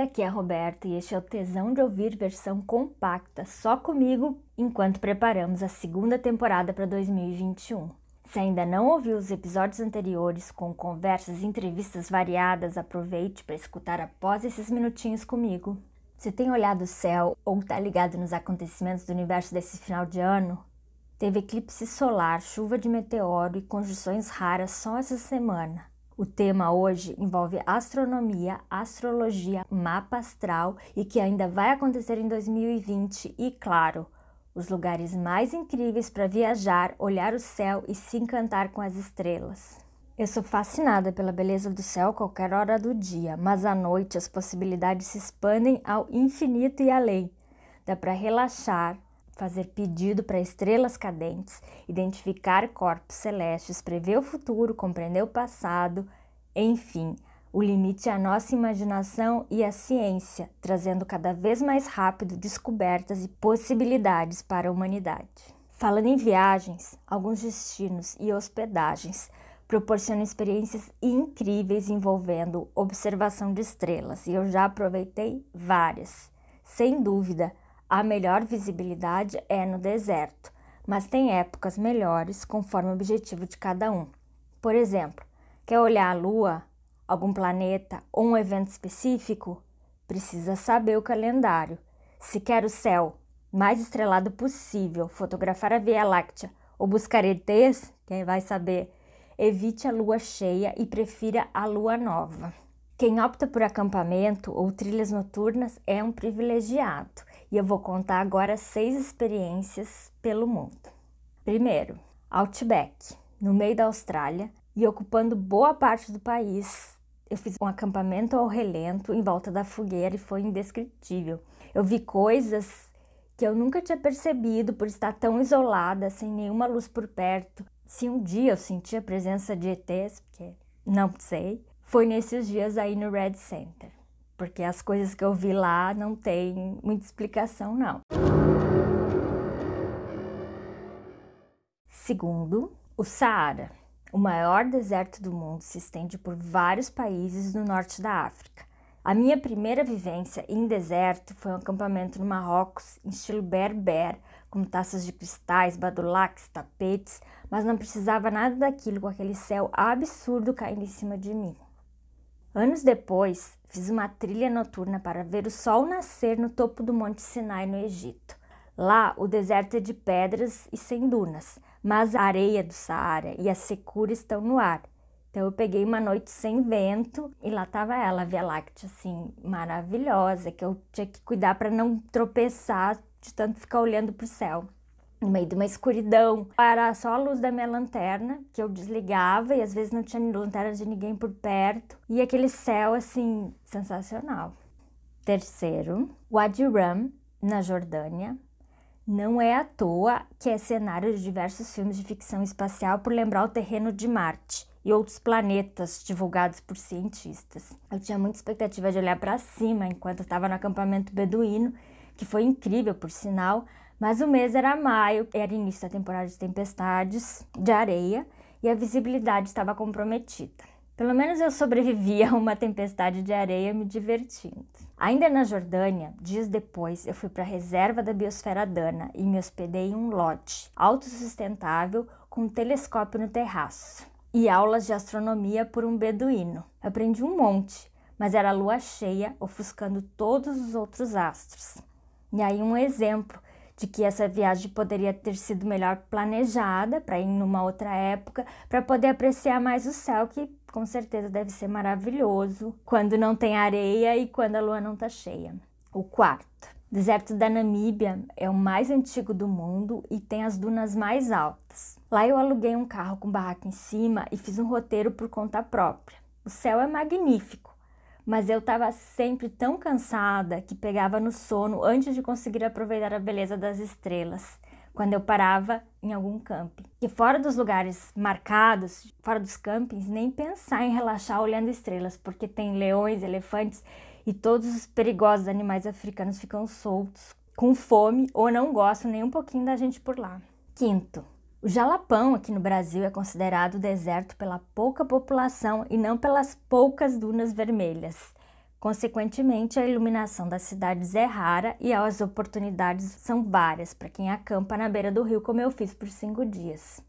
aqui é a Roberta e este é o Tesão de Ouvir versão compacta, só comigo, enquanto preparamos a segunda temporada para 2021. Se ainda não ouviu os episódios anteriores com conversas e entrevistas variadas, aproveite para escutar após esses minutinhos comigo. Se tem olhado o céu ou está ligado nos acontecimentos do universo desse final de ano, teve eclipse solar, chuva de meteoro e conjunções raras só essa semana. O tema hoje envolve astronomia, astrologia, mapa astral e que ainda vai acontecer em 2020 e, claro, os lugares mais incríveis para viajar, olhar o céu e se encantar com as estrelas. Eu sou fascinada pela beleza do céu a qualquer hora do dia, mas à noite as possibilidades se expandem ao infinito e além. Dá para relaxar, fazer pedido para estrelas cadentes, identificar corpos celestes, prever o futuro, compreender o passado, enfim, o limite é a nossa imaginação e a ciência, trazendo cada vez mais rápido descobertas e possibilidades para a humanidade. Falando em viagens, alguns destinos e hospedagens proporcionam experiências incríveis envolvendo observação de estrelas, e eu já aproveitei várias. Sem dúvida, a melhor visibilidade é no deserto, mas tem épocas melhores conforme o objetivo de cada um. Por exemplo, quer olhar a Lua, algum planeta ou um evento específico? Precisa saber o calendário. Se quer o céu mais estrelado possível, fotografar a Via Láctea ou buscar ETs, quem vai saber? Evite a lua cheia e prefira a lua nova. Quem opta por acampamento ou trilhas noturnas é um privilegiado. E eu vou contar agora 6 experiências pelo mundo. Primeiro, Outback, no meio da Austrália e ocupando boa parte do país. Eu fiz um acampamento ao relento em volta da fogueira e foi indescritível. Eu vi coisas que eu nunca tinha percebido por estar tão isolada, sem nenhuma luz por perto. Se um dia eu senti a presença de ETs, porque não sei, foi nesses dias aí no Red Center. Porque as coisas que eu vi lá não tem muita explicação, não. Segundo, o Saara. O maior deserto do mundo se estende por vários países no norte da África. A minha primeira vivência em deserto foi um acampamento no Marrocos, em estilo berber, com taças de cristais, badulaques, tapetes, mas não precisava nada daquilo com aquele céu absurdo caindo em cima de mim. Anos depois, fiz uma trilha noturna para ver o sol nascer no topo do Monte Sinai, no Egito. Lá, o deserto é de pedras e sem dunas, mas a areia do Saara e a secura estão no ar. Então eu peguei uma noite sem vento e lá estava ela, a Via Láctea, assim, maravilhosa, que eu tinha que cuidar para não tropeçar de tanto ficar olhando para o céu. No meio de uma escuridão, era só a luz da minha lanterna, que eu desligava e às vezes não tinha lanterna de ninguém por perto. E aquele céu, assim, sensacional. Terceiro, Wadi Rum, na Jordânia. Não é à toa que é cenário de diversos filmes de ficção espacial por lembrar o terreno de Marte e outros planetas divulgados por cientistas. Eu tinha muita expectativa de olhar para cima enquanto eu estava no acampamento beduíno, que foi incrível, por sinal, mas o mês era maio, era início da temporada de tempestades de areia e a visibilidade estava comprometida. Pelo menos eu sobrevivi a uma tempestade de areia me divertindo. Ainda na Jordânia, dias depois, eu fui para a reserva da Biosfera Dana e me hospedei em um lodge autossustentável com um telescópio no terraço e aulas de astronomia por um beduíno. Eu aprendi um monte, mas era a lua cheia ofuscando todos os outros astros. E aí um exemplo de que essa viagem poderia ter sido melhor planejada para ir numa outra época, para poder apreciar mais o céu, que com certeza deve ser maravilhoso quando não tem areia e quando a lua não está cheia. O quarto, deserto da Namíbia é o mais antigo do mundo e tem as dunas mais altas. Lá eu aluguei um carro com barraca em cima e fiz um roteiro por conta própria. O céu é magnífico, mas eu estava sempre tão cansada que pegava no sono antes de conseguir aproveitar a beleza das estrelas, quando eu parava em algum camping. E fora dos lugares marcados, fora dos campings, nem pensar em relaxar olhando estrelas, porque tem leões, elefantes e todos os perigosos animais africanos ficam soltos, com fome ou não gostam nem um pouquinho da gente por lá. Quinto, o Jalapão aqui no Brasil é considerado deserto pela pouca população e não pelas poucas dunas vermelhas. Consequentemente, a iluminação das cidades é rara e as oportunidades são várias para quem acampa na beira do rio, como eu fiz por 5 dias.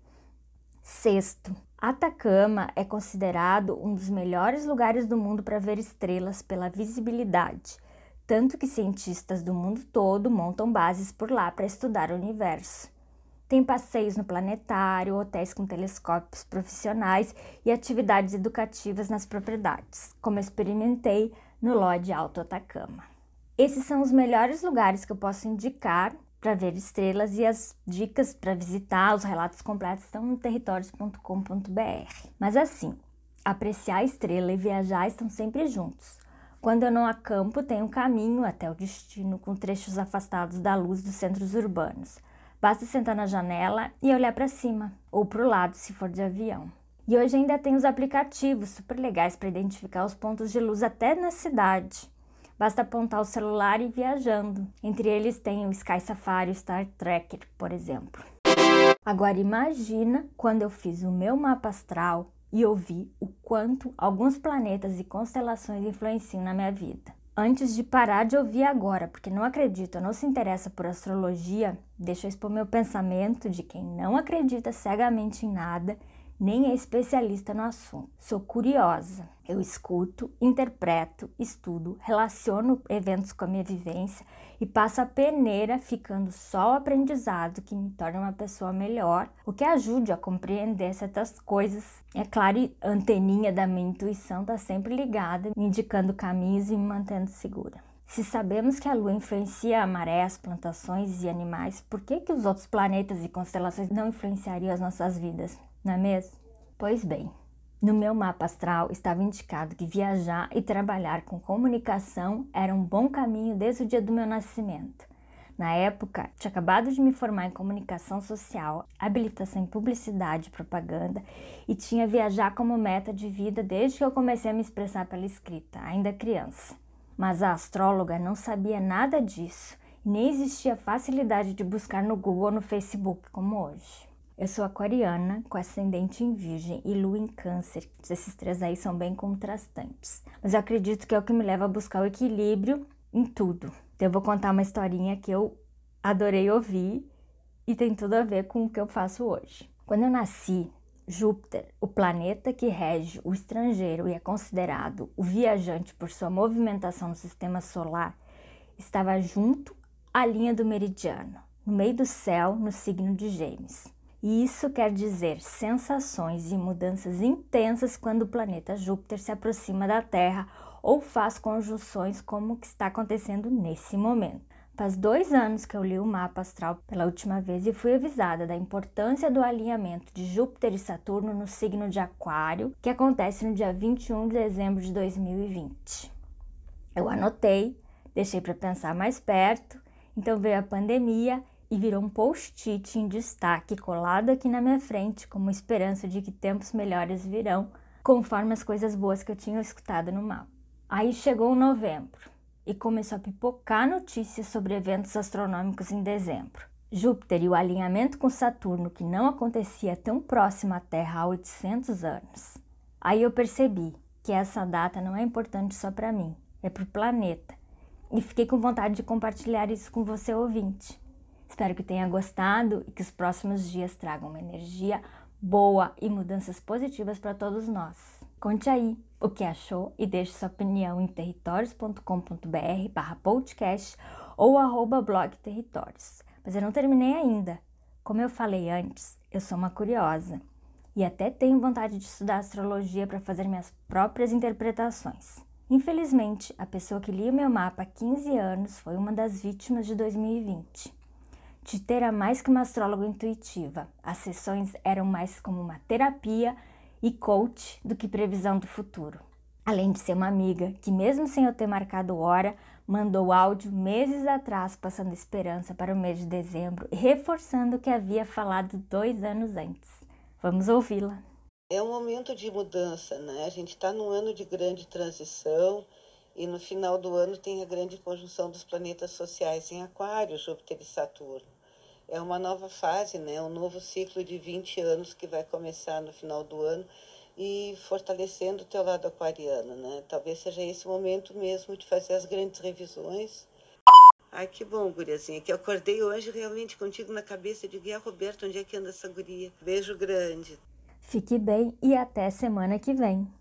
Sexto, Atacama é considerado um dos melhores lugares do mundo para ver estrelas pela visibilidade, tanto que cientistas do mundo todo montam bases por lá para estudar o universo. Tem passeios no planetário, hotéis com telescópios profissionais e atividades educativas nas propriedades, como experimentei no Lodge Alto Atacama. Esses são os melhores lugares que eu posso indicar para ver estrelas e as dicas para visitar, os relatos completos estão no territórios.com.br. Mas assim, apreciar a estrela e viajar estão sempre juntos. Quando eu não acampo, tem um caminho até o destino com trechos afastados da luz dos centros urbanos. Basta sentar na janela e olhar para cima, ou para o lado se for de avião. E hoje ainda tem os aplicativos super legais para identificar os pontos de luz até na cidade. Basta apontar o celular e ir viajando. Entre eles tem o Sky Safari e o Star Tracker, por exemplo. Agora imagina quando eu fiz o meu mapa astral e ouvi o quanto alguns planetas e constelações influenciam na minha vida. Antes de parar de ouvir agora, porque não acredita, não se interessa por astrologia, deixa eu expor meu pensamento de quem não acredita cegamente em nada, nem é especialista no assunto. Sou curiosa. Eu escuto, interpreto, estudo, relaciono eventos com a minha vivência e passo a peneira ficando só o aprendizado que me torna uma pessoa melhor, o que ajude a compreender certas coisas. É claro, a anteninha da minha intuição está sempre ligada, me indicando caminhos e me mantendo segura. Se sabemos que a Lua influencia a maré, as plantações e animais, por que os outros planetas e constelações não influenciariam as nossas vidas, não é mesmo? Pois bem, no meu mapa astral estava indicado que viajar e trabalhar com comunicação era um bom caminho desde o dia do meu nascimento. Na época, tinha acabado de me formar em comunicação social, habilitação em publicidade e propaganda e tinha viajar como meta de vida desde que eu comecei a me expressar pela escrita, ainda criança. Mas a astróloga não sabia nada disso, e nem existia facilidade de buscar no Google ou no Facebook como hoje. Eu sou aquariana, com ascendente em Virgem e lua em Câncer. Esses 3 aí são bem contrastantes. Mas eu acredito que é o que me leva a buscar o equilíbrio em tudo. Então eu vou contar uma historinha que eu adorei ouvir e tem tudo a ver com o que eu faço hoje. Quando eu nasci, Júpiter, o planeta que rege o estrangeiro e é considerado o viajante por sua movimentação no sistema solar, estava junto à linha do meridiano, no meio do céu, no signo de Gêmeos. E isso quer dizer sensações e mudanças intensas quando o planeta Júpiter se aproxima da Terra ou faz conjunções como o que está acontecendo nesse momento. Faz 2 anos que eu li o mapa astral pela última vez e fui avisada da importância do alinhamento de Júpiter e Saturno no signo de Aquário, que acontece no dia 21 de dezembro de 2020. Eu anotei, deixei para pensar mais perto, então veio a pandemia e virou um post-it em destaque colado aqui na minha frente, como esperança de que tempos melhores virão, conforme as coisas boas que eu tinha escutado no mapa. Aí chegou novembro e começou a pipocar notícias sobre eventos astronômicos em dezembro. Júpiter e o alinhamento com Saturno, que não acontecia tão próximo à Terra há 800 anos. Aí eu percebi que essa data não é importante só para mim, é para o planeta. E fiquei com vontade de compartilhar isso com você, ouvinte. Espero que tenha gostado e que os próximos dias tragam uma energia boa e mudanças positivas para todos nós. Conte aí o que achou e deixe sua opinião em territórios.com.br/podcast ou @blog territórios. Mas eu não terminei ainda. Como eu falei antes, eu sou uma curiosa e até tenho vontade de estudar astrologia para fazer minhas próprias interpretações. Infelizmente, a pessoa que lia meu mapa há 15 anos foi uma das vítimas de 2020. Tita era mais que uma astróloga intuitiva. As sessões eram mais como uma terapia e coach do que previsão do futuro. Além de ser uma amiga que, mesmo sem eu ter marcado hora, mandou áudio meses atrás passando esperança para o mês de dezembro e reforçando o que havia falado 2 anos antes. Vamos ouvi-la. É um momento de mudança, né? A gente está num ano de grande transição e no final do ano tem a grande conjunção dos planetas sociais em Aquário, Júpiter e Saturno. É uma nova fase, né? Um novo ciclo de 20 anos que vai começar no final do ano e fortalecendo o teu lado aquariano, né? Talvez seja esse o momento mesmo de fazer as grandes revisões. Ai, que bom, guriazinha, que eu acordei hoje realmente contigo na cabeça de Guia Roberto, onde é que anda essa guria? Beijo grande. Fique bem e até semana que vem.